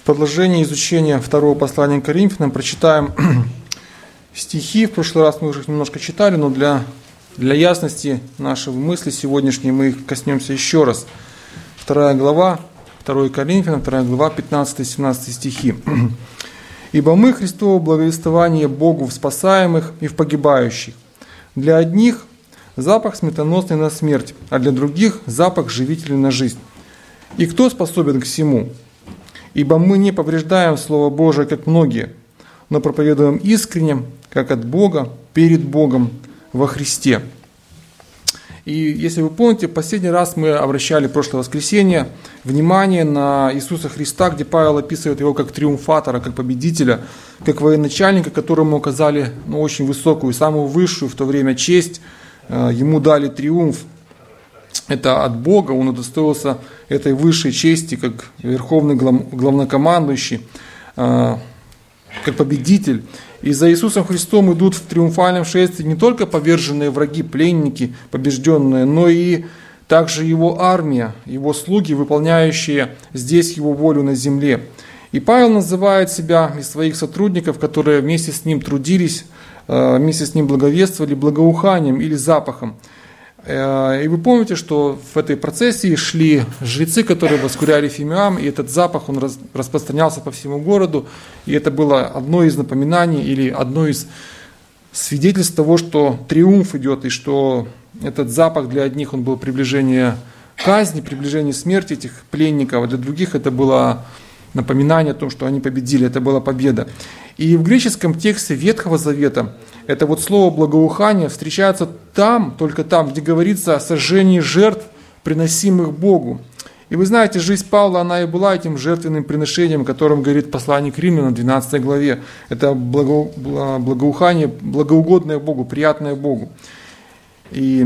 продолжение изучения второго послания к Коринфянам прочитаем стихи. В прошлый раз мы уже их немножко читали, но для ясности нашей мысли сегодняшней мы их коснемся еще раз. 2 глава, 2 Коринфянам, 2 глава, 15-17 стихи. «Ибо мы Христово благовествование Богу в спасаемых и в погибающих. Для одних запах сметоносный на смерть, а для других запах живительный на жизнь. И кто способен к всему? Ибо мы не повреждаем Слово Божие, как многие, но проповедуем искренне, как от Бога, перед Богом во Христе». И если вы помните, в последний раз мы обращали в прошлое воскресенье внимание на Иисуса Христа, где Павел описывает его как триумфатора, как победителя, как военачальника, которому оказали очень высокую, самую высшую в то время честь. Ему дали триумф. Это от Бога, он удостоился этой высшей чести, как верховный главнокомандующий, как победитель. И за Иисусом Христом идут в триумфальном шествии не только поверженные враги, пленники, побежденные, но и также Его армия, Его слуги, выполняющие здесь Его волю на земле. И Павел называет себя и своих сотрудников, которые вместе с ним трудились, вместе с ним благовествовали, благоуханием или запахом. И вы помните, что в этой процессии шли жрецы, которые воскуряли фимиам, и этот запах, он распространялся по всему городу, и это было одно из напоминаний или одно из свидетельств того, что триумф идет, и что этот запах для одних он был приближение казни, приближение смерти этих пленников, а для других это было напоминание о том, что они победили, это была победа. И в греческом тексте Ветхого Завета это вот слово «благоухание» встречается там, только там, где говорится о сожжении жертв, приносимых Богу. И вы знаете, жизнь Павла, она и была этим жертвенным приношением, о котором говорит послание к Римлянам в 12 главе. Это благоухание, благоугодное Богу, приятное Богу. И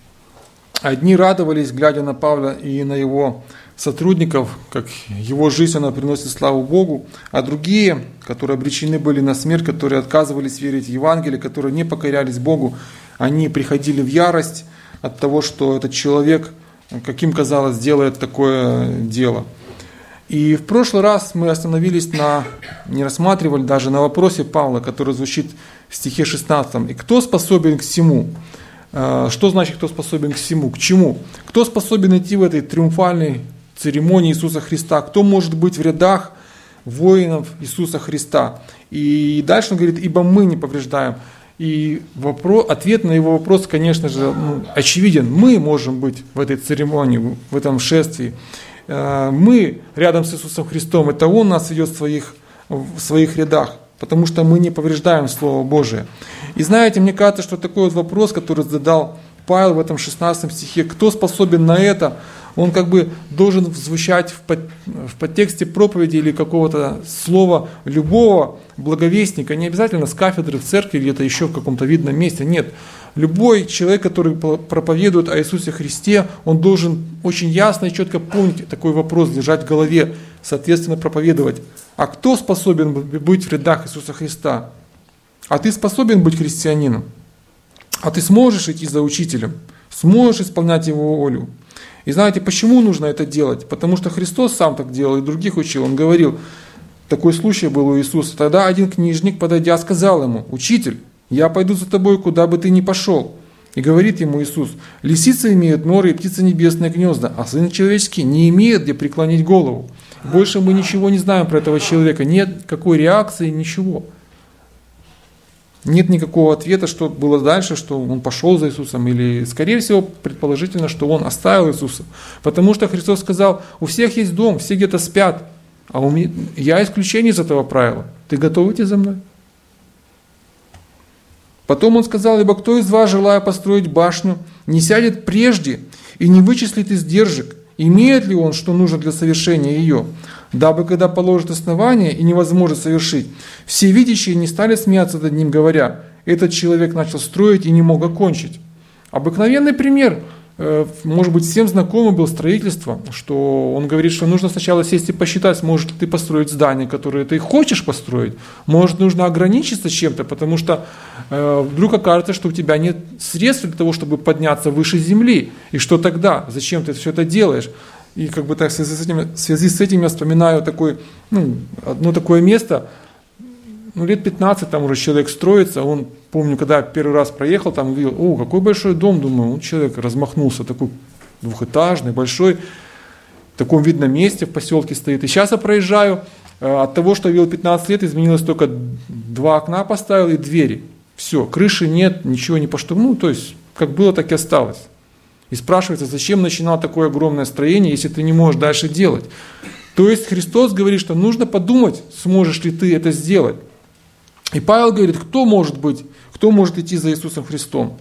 одни радовались, глядя на Павла и на его сотрудников, как его жизнь, она приносит славу Богу, а другие, которые обречены были на смерть, которые отказывались верить в Евангелие, которые не покорялись Богу, они приходили в ярость от того, что этот человек, каким казалось, делает такое дело. И в прошлый раз мы остановились не рассматривали даже на вопросе Павла, который звучит в стихе 16. «И кто способен к всему?» Что значит, кто способен к всему? К чему? Кто способен идти в этой триумфальной церемонии Иисуса Христа? Кто может быть в рядах воинов Иисуса Христа? И дальше он говорит, ибо мы не повреждаем. И ответ на его вопрос, конечно же, очевиден. Мы можем быть в этой церемонии, в этом шествии. Мы рядом с Иисусом Христом. Это Он нас ведет в своих рядах, потому что мы не повреждаем Слово Божие. И знаете, мне кажется, что такой вот вопрос, который задал Павел в этом 16 стихе, кто способен на это, он как бы должен звучать в подтексте проповеди или какого-то слова любого благовестника, не обязательно с кафедры в церкви или где-то еще в каком-то видном месте, нет. Любой человек, который проповедует о Иисусе Христе, он должен очень ясно и четко помнить такой вопрос, держать в голове, соответственно проповедовать. А кто способен быть в рядах Иисуса Христа? А ты способен быть христианином? А ты сможешь идти за учителем? Сможешь исполнять его волю? И знаете, почему нужно это делать? Потому что Христос сам так делал и других учил. Он говорил, такой случай был у Иисуса. Тогда один книжник, подойдя, сказал ему, «Учитель, я пойду за тобой, куда бы ты ни пошел». И говорит ему Иисус, «Лисицы имеют норы и птицы небесные гнезда, а Сын Человеческий не имеет где преклонить голову». Больше мы ничего не знаем про этого человека. Нет какой реакции, ничего. Нет никакого ответа, что было дальше, что он пошел за Иисусом, или, скорее всего, предположительно, что он оставил Иисуса. Потому что Христос сказал, у всех есть дом, все где-то спят, а я исключение из этого правила. Ты готов идти за мной? Потом он сказал, ибо кто из вас, желая построить башню, не сядет прежде и не вычислит издержек, имеет ли он, что нужно для совершения ее, дабы, когда положит основание и невозможно совершить, все видящие не стали смеяться над ним, говоря, этот человек начал строить и не мог окончить. Обыкновенный пример, может быть, всем знакомый был строительство, что он говорит, что нужно сначала сесть и посчитать, сможешь ли ты построить здание, которое ты хочешь построить, может, нужно ограничиться чем-то, потому что вдруг окажется, что у тебя нет средств для того, чтобы подняться выше земли, и что тогда, зачем ты все это делаешь? И как бы так, в связи с этим я вспоминаю одно такое место. Лет 15 там уже человек строится. Помню, когда первый раз проехал, там увидел, какой большой дом, думаю, человек размахнулся, такой двухэтажный, большой, в таком видном месте в поселке стоит. И сейчас я проезжаю, от того, что я видел 15 лет, изменилось только 2 окна поставил и двери. Все, крыши нет, ничего не поштукатурил. То есть, как было, так и осталось. И спрашивается, зачем начинал такое огромное строение, если ты не можешь дальше делать. То есть Христос говорит, что нужно подумать, сможешь ли ты это сделать. И Павел говорит, кто может идти за Иисусом Христом?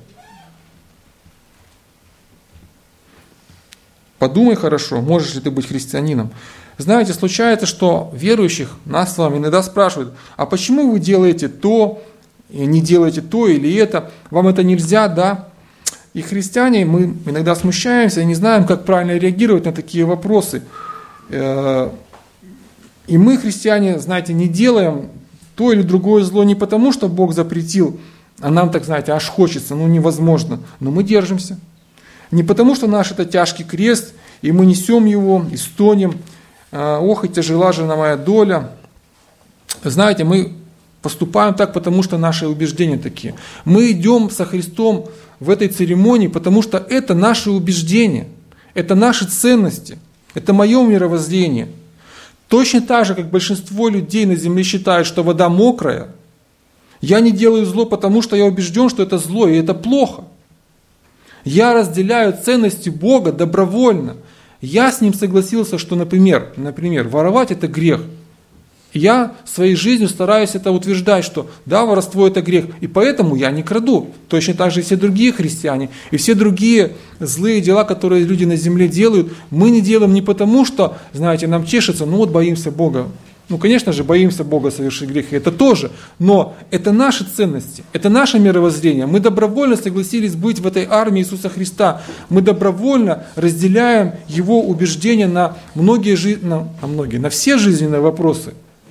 Подумай хорошо, можешь ли ты быть христианином. Знаете, случается, что верующих нас с вами иногда спрашивают, а почему вы делаете то, не делаете то или это, вам это нельзя, да? И христиане, мы иногда смущаемся и не знаем, как правильно реагировать на такие вопросы. И мы, христиане, знаете, не делаем то или другое зло не потому, что Бог запретил, а нам, так знаете, аж хочется, невозможно. Но мы держимся. Не потому, что наш это тяжкий крест, и мы несем его, и стонем. Ох, и тяжела же моя доля. Знаете, мы поступаем так, потому что наши убеждения такие. Мы идем со Христом в этой церемонии, потому что это наши убеждения, это наши ценности, это мое мировоззрение. Точно так же, как большинство людей на земле считают, что вода мокрая, я не делаю зло, потому что я убежден, что это зло, и это плохо. Я разделяю ценности Бога добровольно. Я с Ним согласился, что, например, воровать это грех. Я своей жизнью стараюсь это утверждать, что да, воровство это грех, и поэтому я не краду. Точно так же и все другие христиане, и все другие злые дела, которые люди на земле делают, мы не делаем не потому, что, знаете, нам чешется, боимся Бога. Конечно же, боимся Бога совершить грех, и это тоже, но это наши ценности, это наше мировоззрение. Мы добровольно согласились быть в этой армии Иисуса Христа. Мы добровольно разделяем Его убеждения на на все жизненные вопросы.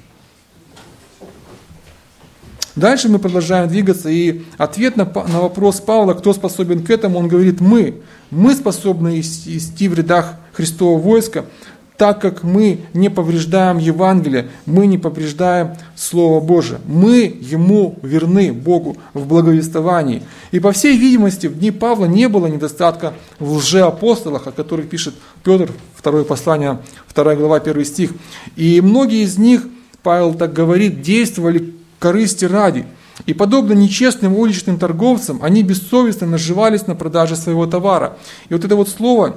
Дальше мы продолжаем двигаться, и ответ на вопрос Павла, кто способен к этому, он говорит, мы способны идти в рядах Христового войска, так как мы не повреждаем Евангелие, мы не повреждаем Слово Божие. Мы Ему верны, Богу, в благовествовании. И по всей видимости, в дни Павла не было недостатка в лжеапостолах, о которых пишет Петр, 2 послание, 2 глава, 1 стих. И многие из них, Павел так говорит, действовали корысти ради. И подобно нечестным уличным торговцам, они бессовестно наживались на продаже своего товара. И вот это вот слово,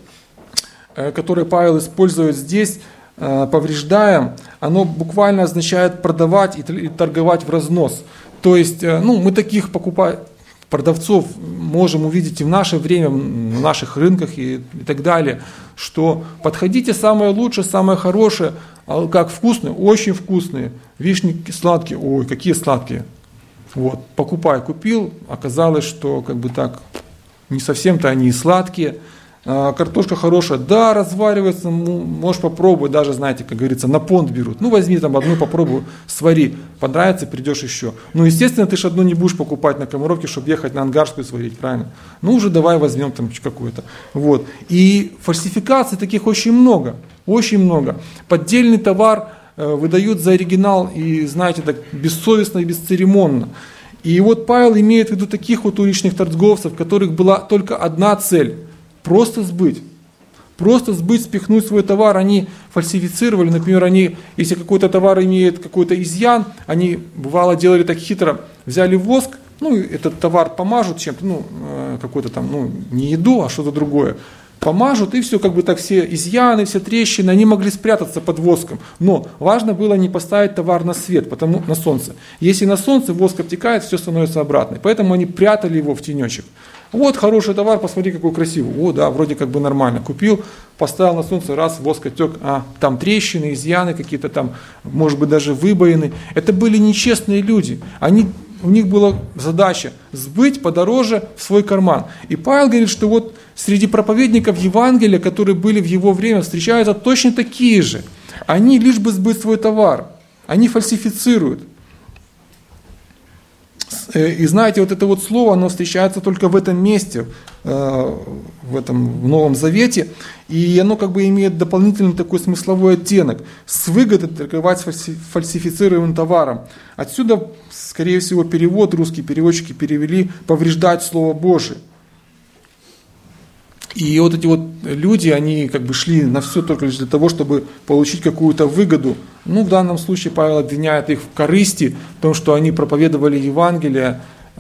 которое Павел использует здесь, повреждаем, оно буквально означает продавать и торговать в разнос. То есть, мы таких продавцов можем увидеть и в наше время, на наших рынках и так далее, что подходите самое лучшее, самое хорошее, как вкусные, очень вкусные, вишни сладкие, ой, какие сладкие. Вот, покупай, купил, оказалось, что не совсем-то они и сладкие. Картошка хорошая, да, разваривается, можешь попробовать, даже, знаете, как говорится, на понт берут. Возьми одну, попробуй, свари, понравится, придешь еще. Естественно, ты же одну не будешь покупать на Комаровке, чтобы ехать на Ангарскую сварить, правильно? Уже давай возьмем там какую-то. Вот. И фальсификаций таких очень много, очень много. Поддельный товар выдают за оригинал и, знаете, так бессовестно и бесцеремонно. И вот Павел имеет в виду таких вот уличных торговцев, у которых была только одна цель – просто сбыть, спихнуть свой товар. Они фальсифицировали, например, если какой-то товар имеет какой-то изъян, они, бывало, делали так хитро, взяли воск, этот товар помажут чем-то, какой-то там, не еду, а что-то другое, помажут, и все, все изъяны, все трещины, они могли спрятаться под воском. Но важно было не поставить товар на свет, на солнце. Если на солнце воск обтекает, все становится обратно. Поэтому они прятали его в тенечек. Вот хороший товар, посмотри, какой красивый. О, да, вроде нормально. Купил, поставил на солнце, раз, воск отек, там трещины, изъяны какие-то там, может быть, даже выбоины. Это были нечестные люди. У них была задача сбыть подороже в свой карман. И Павел говорит, что вот среди проповедников Евангелия, которые были в его время, встречаются точно такие же. Они лишь бы сбыть свой товар. Они фальсифицируют. И знаете, вот это вот слово, оно встречается только в этом месте, в Новом Завете, и оно как бы имеет дополнительный такой смысловой оттенок. С выгодой торговать фальсифицируемым товаром. Отсюда, скорее всего, перевод, русские переводчики перевели «повреждать Слово Божие». И вот эти вот люди, они как бы шли на все только лишь для того, чтобы получить какую-то выгоду. Ну, в данном случае Павел обвиняет их в корысти, в том, что они проповедовали Евангелие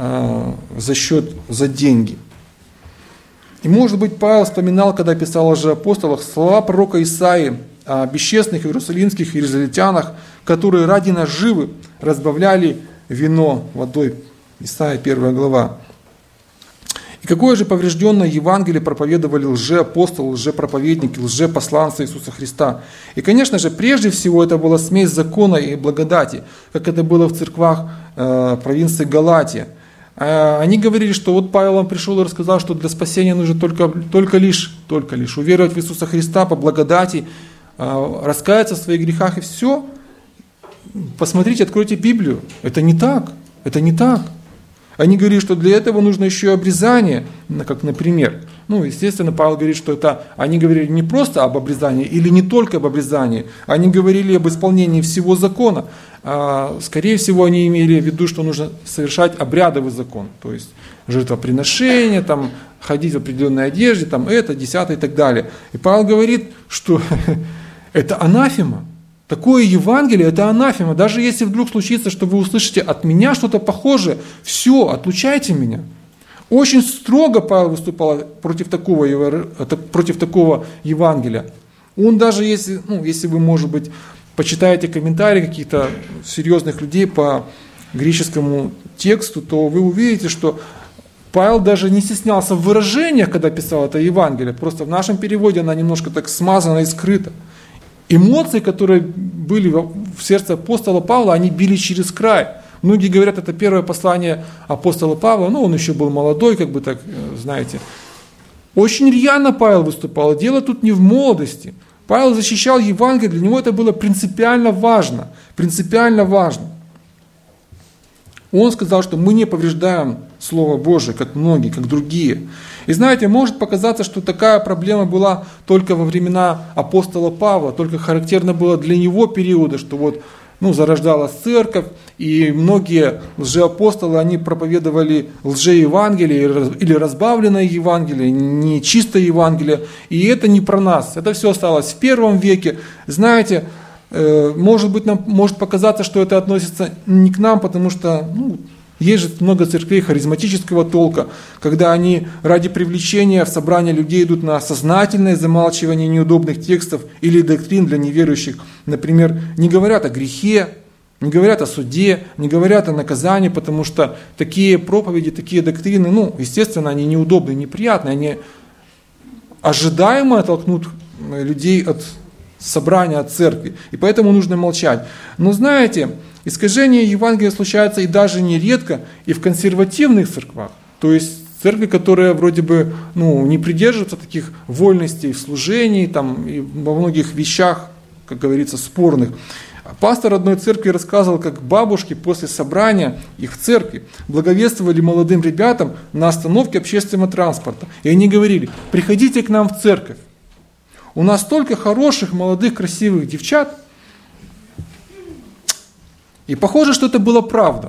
за деньги. И, может быть, Павел вспоминал, когда писал о лжеапостолах, слова пророка Исаии о бесчестных иерусалимских израильтянах, которые ради наживы разбавляли вино водой. Исаия 1 глава. И какое же поврежденное Евангелие проповедовали лжеапостолы, лжепроповедники, лжепосланцы Иисуса Христа. И, конечно же, прежде всего это была смесь закона и благодати, как это было в церквах провинции Галатия. Они говорили, что вот Павел вам пришел и рассказал, что для спасения нужно только лишь уверовать в Иисуса Христа по благодати, раскаяться в своих грехах и все. Посмотрите, откройте Библию. Это не так. Они говорили, что для этого нужно еще и обрезание, как, например. Ну, естественно, Павел говорит, что они говорили не просто об обрезании или не только об обрезании, они говорили об исполнении всего закона. Скорее всего, они имели в виду, что нужно совершать обрядовый закон, то есть жертвоприношение, там, ходить в определенной одежде, там, это, 10 и так далее. И Павел говорит, что это анафема. Такое Евангелие – это анафема. Даже если вдруг случится, что вы услышите от меня что-то похожее, все, отлучайте меня. Очень строго Павел выступал против такого Евангелия. Он даже, если вы, может быть, почитаете комментарии каких-то серьезных людей по греческому тексту, то вы увидите, что Павел даже не стеснялся в выражениях, когда писал это Евангелие. Просто в нашем переводе она немножко так смазана и скрыта. Эмоции, которые были в сердце апостола Павла, они били через край. Многие говорят, это первое послание апостола Павла, он еще был молодой, как бы так, знаете. Очень рьяно Павел выступал, дело тут не в молодости. Павел защищал Евангелие, для него это было принципиально важно. Он сказал, что мы не повреждаем Слово Божие, как многие, как другие. И знаете, может показаться, что такая проблема была только во времена апостола Павла, только характерно было для него периода, что зарождалась церковь, и многие лжеапостолы, они проповедовали лжеевангелие или разбавленное Евангелие, не чистое Евангелие, и это не про нас, это все осталось в первом веке. Знаете, может быть, нам может показаться, что это относится не к нам, потому что есть же много церквей харизматического толка, когда они ради привлечения в собрание людей идут на сознательное замалчивание неудобных текстов или доктрин для неверующих. Например, не говорят о грехе, не говорят о суде, не говорят о наказании, потому что такие проповеди, такие доктрины, естественно, они неудобные, неприятные, они ожидаемо оттолкнут людей от собрания, от церкви, и поэтому нужно молчать. Но знаете, искажение Евангелия случается и даже нередко, и в консервативных церквах, то есть церкви, которые вроде бы не придерживаются таких вольностей в служении, и во многих вещах, как говорится, спорных. Пастор одной церкви рассказывал, как бабушки после собрания их в церкви благовествовали молодым ребятам на остановке общественного транспорта. И они говорили: приходите к нам в церковь. У нас столько хороших, молодых, красивых девчат. И похоже, что это была правда.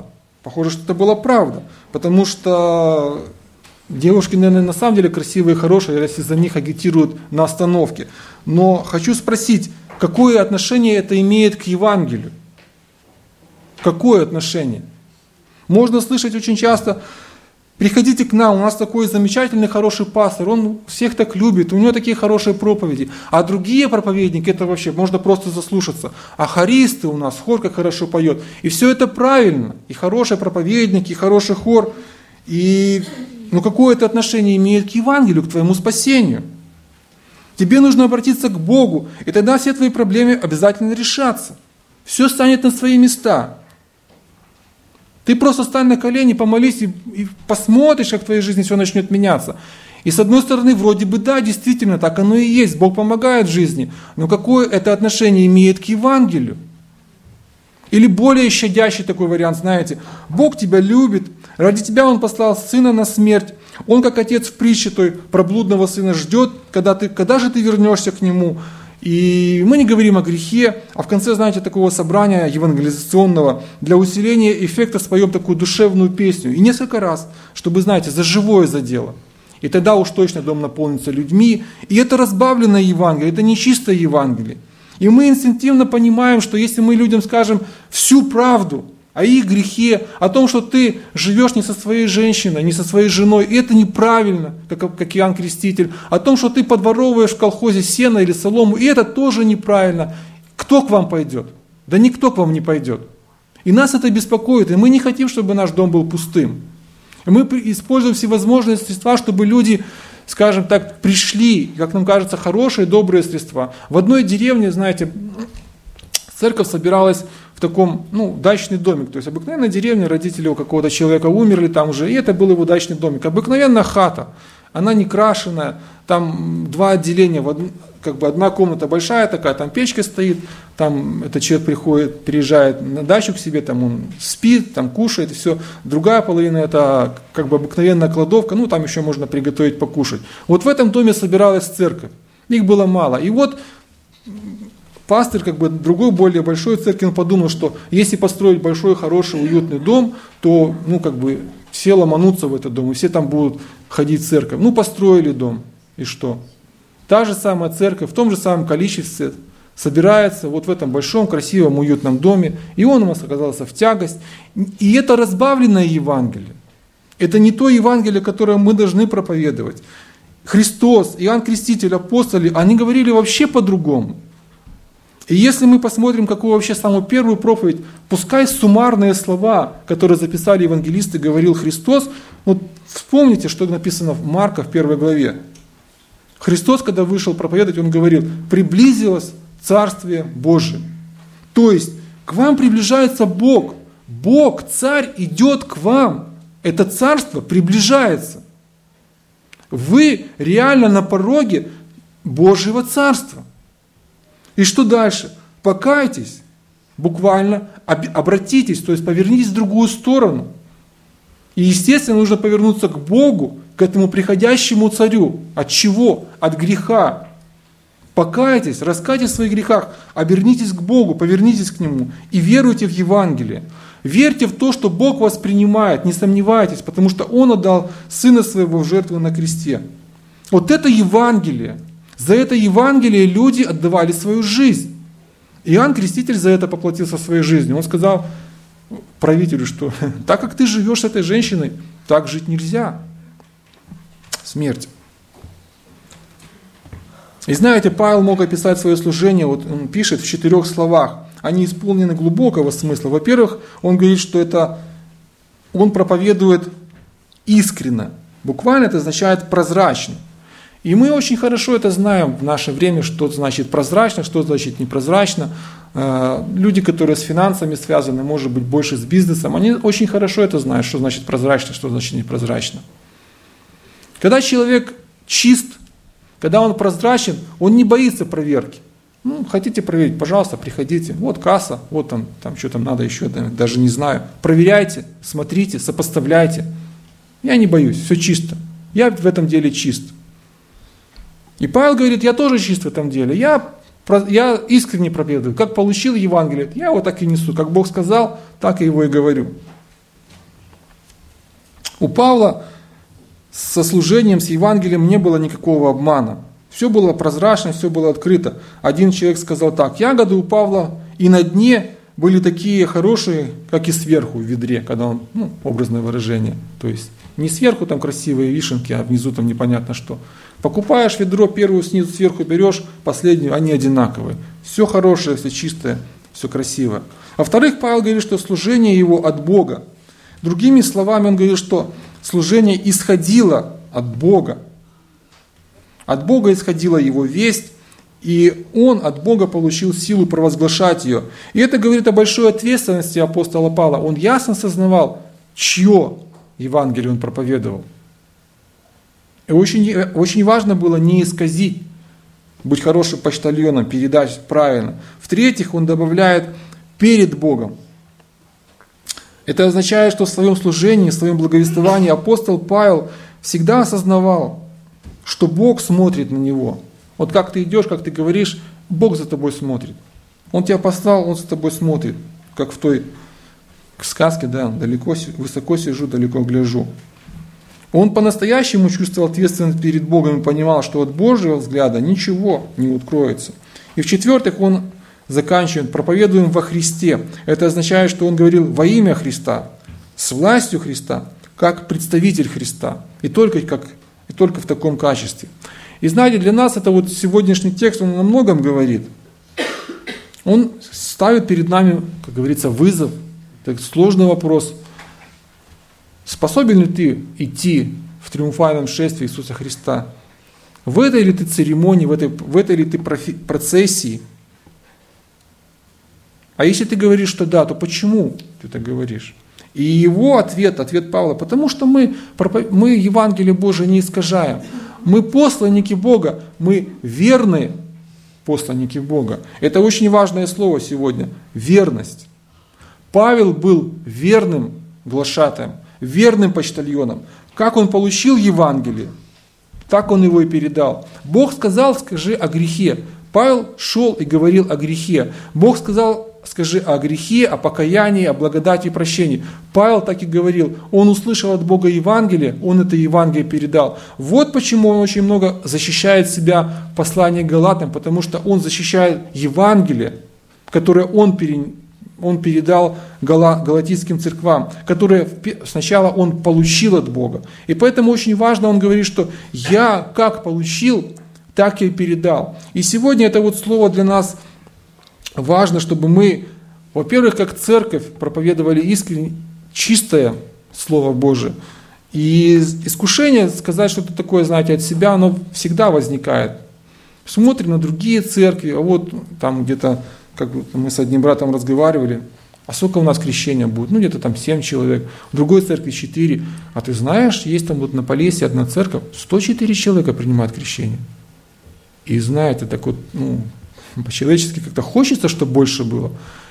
Потому что девушки, наверное, на самом деле красивые и хорошие, если за них агитируют на остановке. Но хочу спросить, какое отношение это имеет к Евангелию? Какое отношение? Можно слышать очень часто: приходите к нам, у нас такой замечательный, хороший пастор, он всех так любит, у него такие хорошие проповеди. А другие проповедники, это вообще можно просто заслушаться. А хористы у нас, хор как хорошо поет. И все это правильно. И хороший проповедник, и хороший хор. И какое это отношение имеет к Евангелию, к твоему спасению? Тебе нужно обратиться к Богу, и тогда все твои проблемы обязательно решатся. Все станет на свои места. Ты просто стань на колени, помолись и посмотришь, как в твоей жизни все начнет меняться. И с одной стороны, вроде бы да, действительно, так оно и есть, Бог помогает в жизни. Но какое это отношение имеет к Евангелию? Или более щадящий такой вариант, знаете: Бог тебя любит, Ради тебя Он послал Сына на смерть. Он, как отец в притче той про блудного сына, ждет, когда же ты вернешься к Нему. И мы не говорим о грехе, а в конце, знаете, такого собрания евангелизационного для усиления эффекта споем такую душевную песню. И несколько раз, чтобы, знаете, за живое задело. И тогда уж точно дом наполнится людьми. И это разбавленное Евангелие, это не чистое Евангелие. И мы инстинктивно понимаем, что если мы людям скажем всю правду о их грехе, о том, что ты живешь не со своей женщиной, не со своей женой, и это неправильно, как Иоанн Креститель, о том, что ты подворовываешь в колхозе сено или солому, и это тоже неправильно, кто к вам пойдет? Да никто к вам не пойдет. И нас это беспокоит, и мы не хотим, чтобы наш дом был пустым. И мы используем всевозможные средства, чтобы люди, скажем так, пришли, как нам кажется, хорошие, добрые средства. В одной деревне, знаете, церковь собиралась в таком, дачный домик. То есть обыкновенная деревня, родители у какого-то человека умерли там уже, и это был его дачный домик. Обыкновенная хата, она не крашеная, там 2 отделения, одна комната большая такая, там печка стоит, там этот человек приезжает на дачу к себе, там он спит, там кушает, и все. Другая половина это обыкновенная кладовка, там еще можно приготовить покушать. Вот в этом доме собиралась церковь, их было мало. И вот пастырь другой, более большой церкви, он подумал, что если построить большой, хороший, уютный дом, то все ломанутся в этот дом, и все там будут ходить в церковь. Построили дом, и что? Та же самая церковь в том же самом количестве собирается вот в этом большом, красивом, уютном доме, и он у нас оказался в тягость. И это разбавленное Евангелие. Это не то Евангелие, которое мы должны проповедовать. Христос, Иоанн Креститель, апостоли, они говорили вообще по-другому. И если мы посмотрим, какую вообще самую первую проповедь, пускай суммарные слова, которые записали евангелисты, говорил Христос, вспомните, что написано в Марка в 1 главе. Христос, когда вышел проповедовать, Он говорил: приблизилось Царствие Божие. То есть к вам приближается Бог. Бог, Царь, идет к вам. Это Царство приближается. Вы реально на пороге Божьего Царства. И что дальше? Покайтесь, буквально обратитесь, то есть повернитесь в другую сторону. И естественно нужно повернуться к Богу, к этому приходящему Царю. От чего? От греха. Покайтесь, раскайтесь в своих грехах, обернитесь к Богу, повернитесь к Нему и веруйте в Евангелие. Верьте в то, что Бог вас принимает, не сомневайтесь, потому что Он отдал Сына Своего в жертву на кресте. Вот это Евангелие. За это Евангелие люди отдавали свою жизнь. Иоанн Креститель за это поплатился своей жизнью. Он сказал правителю, что так как ты живешь с этой женщиной, так жить нельзя. Смерть. И знаете, Павел мог описать свое служение, он пишет в 4 словах. Они исполнены глубокого смысла. Во-первых, он говорит, что это он проповедует искренно. Буквально это означает прозрачно. И мы очень хорошо это знаем в наше время, что значит прозрачно, что значит непрозрачно. Люди, которые с финансами связаны, может быть, больше с бизнесом, они очень хорошо это знают, что значит прозрачно, что значит непрозрачно. Когда человек чист, когда он прозрачен, он не боится проверки. Хотите проверить, пожалуйста, приходите. Вот касса, вот там что там надо еще, даже не знаю. Проверяйте, смотрите, сопоставляйте. Я не боюсь, все чисто. Я в этом деле чист. И Павел говорит, я тоже чист в этом деле. Я искренне проповедую. Как получил Евангелие, я его так и несу. Как Бог сказал, так я его и говорю. У Павла со служением, с Евангелием не было никакого обмана. Все было прозрачно, все было открыто. Один человек сказал так: ягоды у Павла и на дне были такие хорошие, как и сверху в ведре, когда он, образное выражение. То есть не сверху там красивые вишенки, а внизу там непонятно что. Покупаешь ведро, первую снизу сверху берешь, последнюю, они одинаковые. Все хорошее, все чистое, все красивое. Во-вторых, Павел говорит, что служение его от Бога. Другими словами, он говорит, что служение исходило от Бога. От Бога исходила его весть, и он от Бога получил силу провозглашать ее. И это говорит о большой ответственности апостола Павла. Он ясно сознавал, чье Евангелие он проповедовал. И очень важно было не исказить, быть хорошим почтальоном, передать правильно. В-третьих, он добавляет перед Богом. Это означает, что в своем служении, в своем благовествовании апостол Павел всегда осознавал, что Бог смотрит на него. Вот как ты идешь, как ты говоришь, Бог за тобой смотрит. Он тебя послал, Он за тобой смотрит. Как в той сказке, да, высоко сижу, далеко гляжу. Он по-настоящему чувствовал ответственность перед Богом и понимал, что от Божьего взгляда ничего не откроется. И в-четвертых, он заканчивает: проповедуем во Христе. Это означает, что он говорил во имя Христа, с властью Христа, как представитель Христа. И только в таком качестве. И знаете, для нас это вот сегодняшний текст, он о многом говорит. Он ставит перед нами, как говорится, вызов. Это сложный вопрос. Способен ли ты идти в триумфальном шествии Иисуса Христа? В этой ли ты церемонии, в этой ли ты процессии? А если ты говоришь, что да, то почему ты так говоришь? И его ответ Павла: потому что мы Евангелие Божие не искажаем. Мы посланники Бога, мы верные посланники Бога. Это очень важное слово сегодня – верность. Павел был верным глашатаем, верным почтальоном. Как он получил Евангелие, так он его и передал. Бог сказал: скажи о грехе. Павел шел и говорил о грехе. Бог сказал: скажи о грехе, о покаянии, о благодати и прощении. Павел так и говорил. Он услышал от Бога Евангелие, он это Евангелие передал. Вот почему он очень много защищает себя в послании к Галатам, потому что он защищает Евангелие, которое он передал галатийским церквам, которые сначала он получил от Бога. И поэтому очень важно, он говорит, что я как получил, так и передал. И сегодня это вот слово для нас важно, чтобы мы, во-первых, как церковь проповедовали искренне чистое Слово Божие. И искушение сказать что-то такое, знаете, от себя, оно всегда возникает. Смотрим на другие церкви, а вот там где-то, как мы с одним братом разговаривали, а сколько у нас крещения будет? Ну, где-то там 7 человек, в другой церкви 4. А ты знаешь, есть там вот на Полесье одна церковь, 104 человека принимают крещение. И знаете, так вот, по-человечески как-то хочется, чтобы больше было.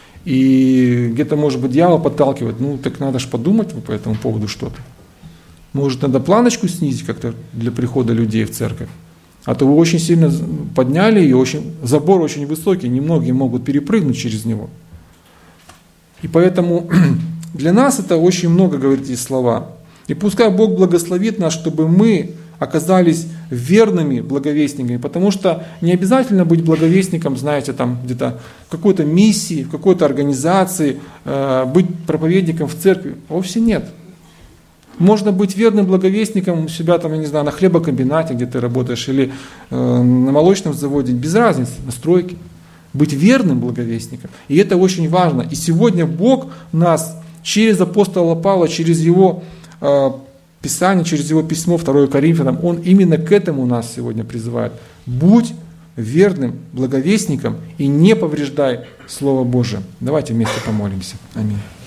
И где-то, может быть, дьявол подталкивает, так надо же подумать по этому поводу что-то. Может, надо планочку снизить как-то для прихода людей в церковь. А то вы очень сильно подняли ее, забор очень высокий, немногие могут перепрыгнуть через него. И поэтому для нас это очень много говорит эти слова. И пускай Бог благословит нас, чтобы мы оказались верными благовестниками, потому что не обязательно быть благовестником, знаете, там где-то в какой-то миссии, в какой-то организации, быть проповедником в церкви. Вовсе нет. Можно быть верным благовестником у себя, там, я не знаю, на хлебокомбинате, где ты работаешь, или на молочном заводе, без разницы, на стройке. Быть верным благовестником. И это очень важно. И сегодня Бог нас через апостола Павла, через его Писание, через его письмо 2 Коринфянам, он именно к этому нас сегодня призывает. Будь верным благовестником и не повреждай Слово Божие. Давайте вместе помолимся. Аминь.